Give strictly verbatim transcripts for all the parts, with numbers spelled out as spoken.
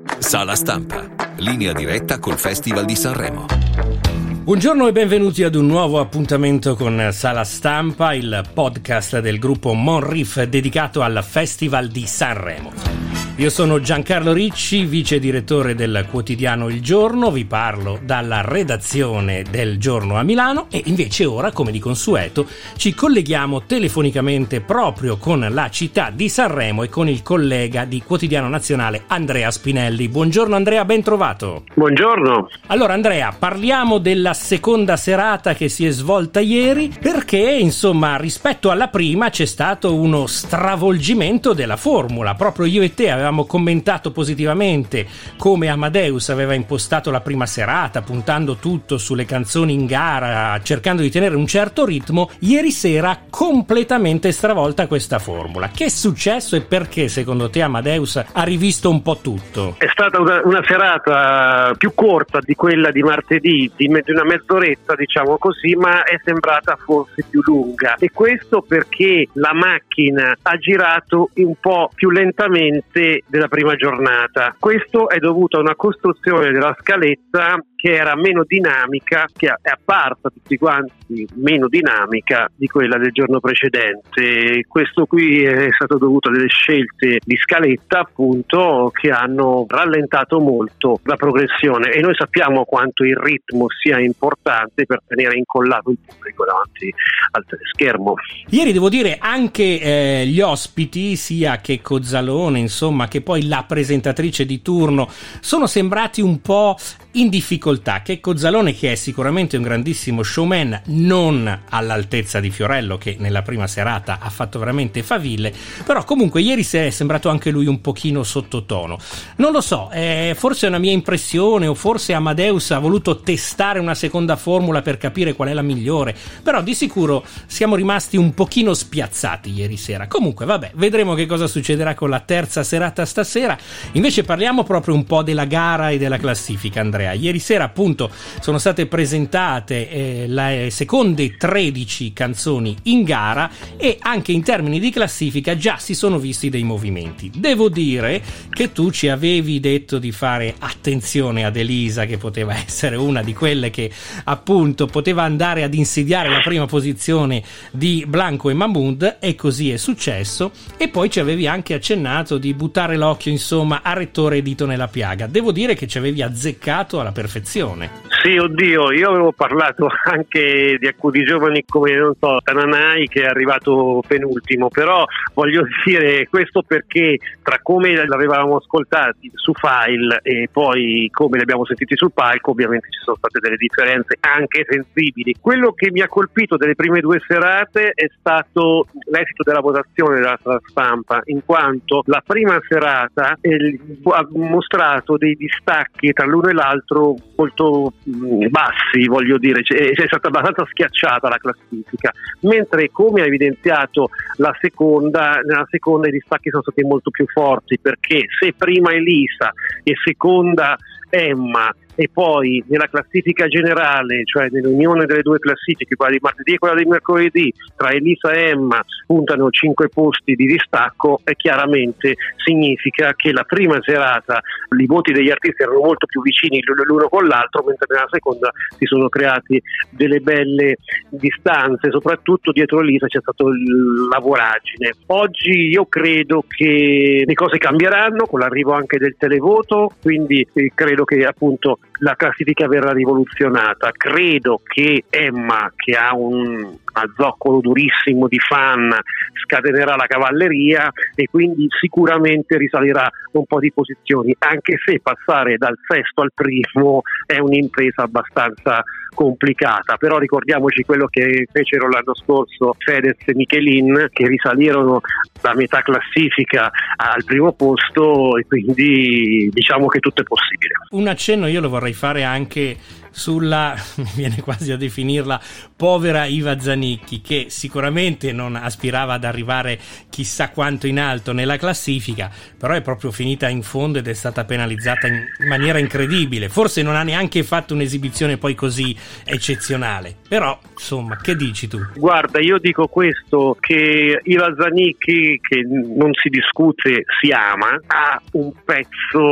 Sala Stampa, linea diretta col Festival di Sanremo. Buongiorno e benvenuti ad un nuovo appuntamento con Sala Stampa, il podcast del gruppo Monriff dedicato al Festival di Sanremo. Io sono Giancarlo Ricci, vice direttore del quotidiano Il Giorno, vi parlo dalla redazione del Giorno a Milano e invece ora, come di consueto, ci colleghiamo telefonicamente proprio con la città di Sanremo e con il collega di Quotidiano Nazionale Andrea Spinelli. Buongiorno Andrea, ben trovato. Buongiorno. Allora Andrea, parliamo della seconda serata che si è svolta ieri perché, insomma, rispetto alla prima c'è stato uno stravolgimento della formula. Proprio io e te avevamo commentato positivamente come Amadeus aveva impostato la prima serata puntando tutto sulle canzoni in gara, cercando di tenere un certo ritmo. Ieri sera completamente stravolta questa formula. Che è successo e perché secondo te Amadeus ha rivisto un po' tutto? È stata una, una serata più corta di quella di martedì, di una mezz'oretta diciamo così, ma è sembrata forse più lunga, e questo perché la macchina ha girato un po' più lentamente della prima giornata. Questo è dovuto a una costruzione della scaletta che era meno dinamica, che è apparsa a tutti quanti meno dinamica di quella del giorno precedente. Questo qui è stato dovuto a delle scelte di scaletta appunto che hanno rallentato molto la progressione, e noi sappiamo quanto il ritmo sia importante per tenere incollato il pubblico davanti al teleschermo. Ieri devo dire anche eh, gli ospiti, sia che Cozzalone insomma che poi la presentatrice di turno, sono sembrati un po' in difficoltà. Che Cozzalone, che è sicuramente un grandissimo showman, non all'altezza di Fiorello che nella prima serata ha fatto veramente faville, però comunque ieri si è sembrato anche lui un pochino sottotono. Non lo so, eh, forse è una mia impressione o forse Amadeus ha voluto testare una seconda formula per capire qual è la migliore, però di sicuro siamo rimasti un pochino spiazzati ieri sera. Comunque vabbè, vedremo che cosa succederà con la terza serata stasera. Invece parliamo proprio un po' della gara e della classifica, Andrea. Ieri sera appunto sono state presentate eh, le seconde tredici canzoni in gara e anche in termini di classifica già si sono visti dei movimenti. Devo dire che tu ci avevi detto di fare attenzione ad Elisa, che poteva essere una di quelle che appunto poteva andare ad insidiare la prima posizione di Blanco e Mahmood, e così è successo. E poi ci avevi anche accennato di buttare l'occhio insomma a Rettore e Dito nella piaga. Devo dire che ci avevi azzeccato alla perfezione. Sì, oddio, io avevo parlato anche di alcuni giovani come, non so, Tananai, che è arrivato penultimo, però voglio dire questo perché tra come l'avevamo ascoltati su file e poi come li abbiamo sentiti sul palco ovviamente ci sono state delle differenze anche sensibili. Quello che mi ha colpito delle prime due serate è stato l'esito della votazione della Sala Stampa, in quanto la prima serata eh, ha mostrato dei distacchi tra l'uno e l'altro molto mh, bassi, voglio dire, c'è, è stata abbastanza schiacciata la classifica, mentre come ha evidenziato la seconda, nella seconda i distacchi sono stati molto più forti, perché se prima Elisa e seconda Emma e poi nella classifica generale, cioè nell'unione delle due classifiche, quella di martedì e quella di mercoledì, tra Elisa e Emma puntano cinque posti di distacco, e chiaramente significa che la prima serata i voti degli artisti erano molto più vicini l'uno con l'altro, mentre nella seconda si sono creati delle belle distanze, soprattutto dietro Elisa c'è stato la voragine. Oggi io credo che le cose cambieranno con l'arrivo anche del televoto, quindi credo che appunto la classifica verrà rivoluzionata. Credo che Emma, che ha un azzoccolo durissimo di fan, scatenerà la cavalleria e quindi sicuramente risalirà un po' di posizioni, anche se passare dal sesto al primo è un'impresa abbastanza complicata. Però ricordiamoci quello che fecero l'anno scorso Fedez e Michelin, che risalirono da metà classifica al primo posto, e quindi diciamo che tutto è possibile. Un accenno io lo vorrei fare anche sulla, mi viene quasi a definirla, povera Iva Zanicchi, che sicuramente non aspirava ad arrivare chissà quanto in alto nella classifica, però è proprio finita in fondo ed è stata penalizzata in maniera incredibile. Forse non ha neanche fatto un'esibizione poi così eccezionale, però insomma, che dici tu? Guarda, io dico questo, che Iva Zanicchi, che non si discute, si ama, ha un pezzo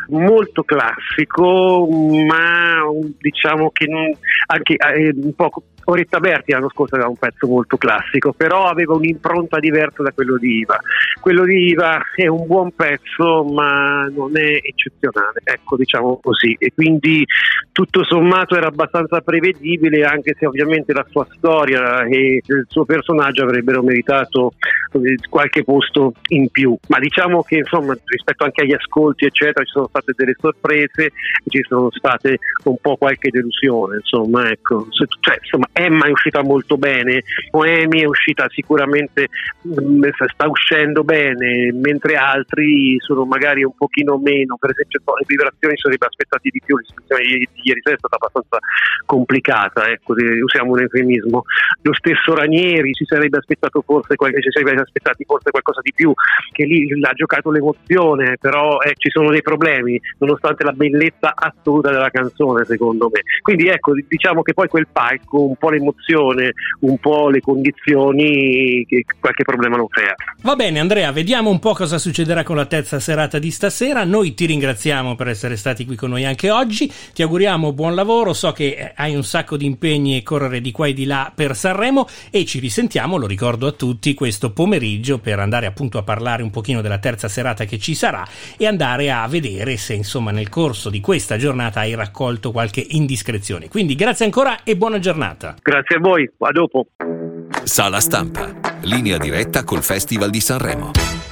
molto classico, ma diciamo che anche eh, un po' Oretta Berti l'anno scorso aveva un pezzo molto classico, però aveva un'impronta diversa da quello di Iva. Quello di Iva è un buon pezzo, ma non è eccezionale, ecco, diciamo così, e quindi tutto sommato era abbastanza prevedibile, anche se ovviamente la sua storia e il suo personaggio avrebbero meritato qualche posto in più, ma diciamo che insomma rispetto anche agli ascolti eccetera ci sono state delle sorprese e ci sono state un po' qualche delusione, insomma, ecco, cioè, insomma Emma è uscita molto bene, Noemi è uscita sicuramente, sta uscendo bene, mentre altri sono magari un pochino meno. Per esempio le vibrazioni si sarebbe aspettati di più, l'istruzione di ieri sera è stata abbastanza complicata, ecco, usiamo un eufemismo. Lo stesso Ranieri si sarebbe aspettato forse qualche, si sarebbe aspettati forse qualcosa di più, che lì ha giocato l'emozione, però eh, ci sono dei problemi nonostante la bellezza assoluta della canzone, secondo me. Quindi ecco, diciamo che poi quel palco, un po' l'emozione, un po' le condizioni, che qualche problema lo crea. Va bene Andrea, vediamo un po' cosa succederà con la terza serata di stasera. Noi ti ringraziamo per essere stati qui con noi anche oggi, ti auguriamo buon lavoro, so che hai un sacco di impegni e correre di qua e di là per Sanremo, e ci risentiamo, lo ricordo a tutti, questo pomeriggio per andare appunto a parlare un pochino della terza serata che ci sarà e andare a vedere se insomma nel corso di questa giornata hai raccolto qualche indiscrezione. Quindi grazie ancora e buona giornata. Grazie a voi, a dopo. Sala Stampa, linea diretta col Festival di Sanremo.